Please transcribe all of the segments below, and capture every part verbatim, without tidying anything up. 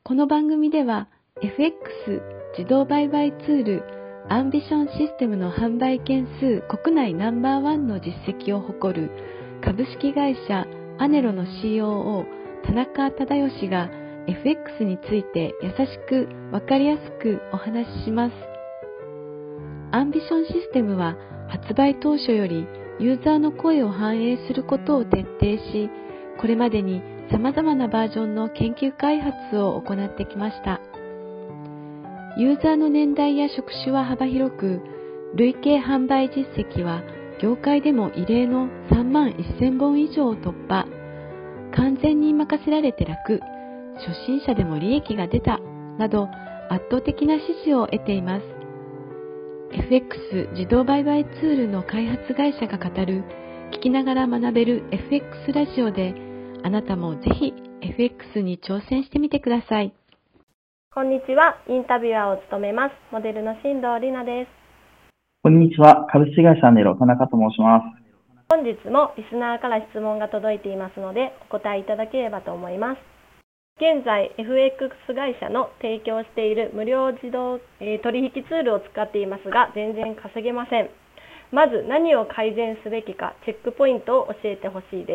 この番組では エフエックス 自動売買ツールアンビションシステムの販売件数国内ナンバーワンの実績を誇る株式会社アネロの シーオーオー 田中忠義が エフエックス について優しくわかりやすくお話しします。アンビションシステムは発売当初よりユーザーの声を反映することを徹底し、これまでに様々なバージョンの研究開発を行ってきました。ユーザーの年代や職種は幅広く、累計販売実績は業界でも異例のさんまんせんぼん以上を突破。完全に任せられて楽、初心者でも利益が出た、など圧倒的な支持を得ています。エフエックス 自動売買ツールの開発会社が語る、聞きながら学べる エフエックス ラジオで、あなたもぜひ エフエックス に挑戦してみてください。 こんにちは。インタビュアーを務めます。モデルの新藤里奈です。 こんにちは。株式会社アネロ田中と申します。 本日もリスナーから質問が届いていますので、お答えいただければと思います。現在、エフエックス 会社の提供している無料自動、えー、取引ツールを使っていますが、全然稼げません。まず何を改善すべきか、チェックポイントを教えてほしいです。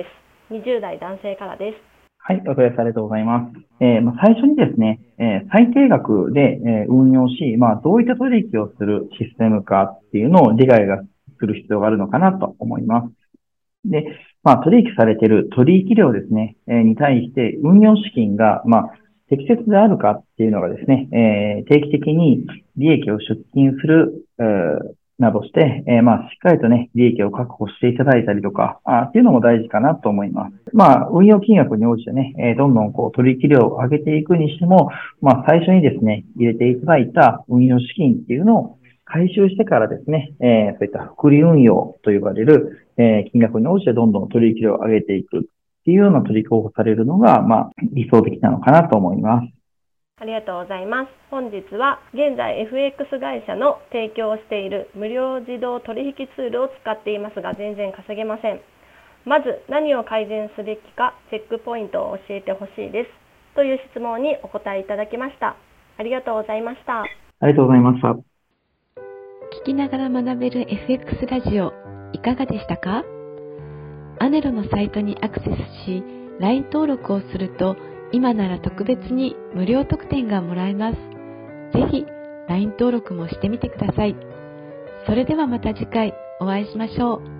にじゅう代男性からです。 はい、お答えありがとうございます。えーまあ、最初にですね、えー、最低額で、えー、運用し、まあ、どういった取引をするシステムかっていうのを理解がする必要があるのかなと思います。で、まあ、取引されている取引量ですね、えー、に対して運用資金が、まあ、適切であるかっていうのがですね、えー、定期的に利益を出金する、えーなどして、えー、まあ、しっかりとね、利益を確保していただいたりとか、あっていうのも大事かなと思います。まあ、運用金額に応じてね、えー、どんどんこう、取引量を上げていくにしても、まあ、最初にですね、入れていただいた運用資金っていうのを回収してからですね、えー、そういった複利運用と呼ばれる、えー、金額に応じてどんどん取引量を上げていくっていうような取り組みをされるのが、まあ、理想的なのかなと思います。 ありがとうございます。本日は現在 エフエックス 会社の提供している無料自動取引ツールを使っていますが全然稼げません。まず何を改善すべきかチェックポイントを教えてほしいですという質問にお答えいただきました。ありがとうございました。 ありがとうございました。 聞きながら学べる エフエックス ラジオいかがでしたか？アネロのサイトにアクセスし ライン 登録をすると今なら特別に無料特典がもらえます。ぜひ ライン 登録もしてみてください。それではまた次回お会いしましょう。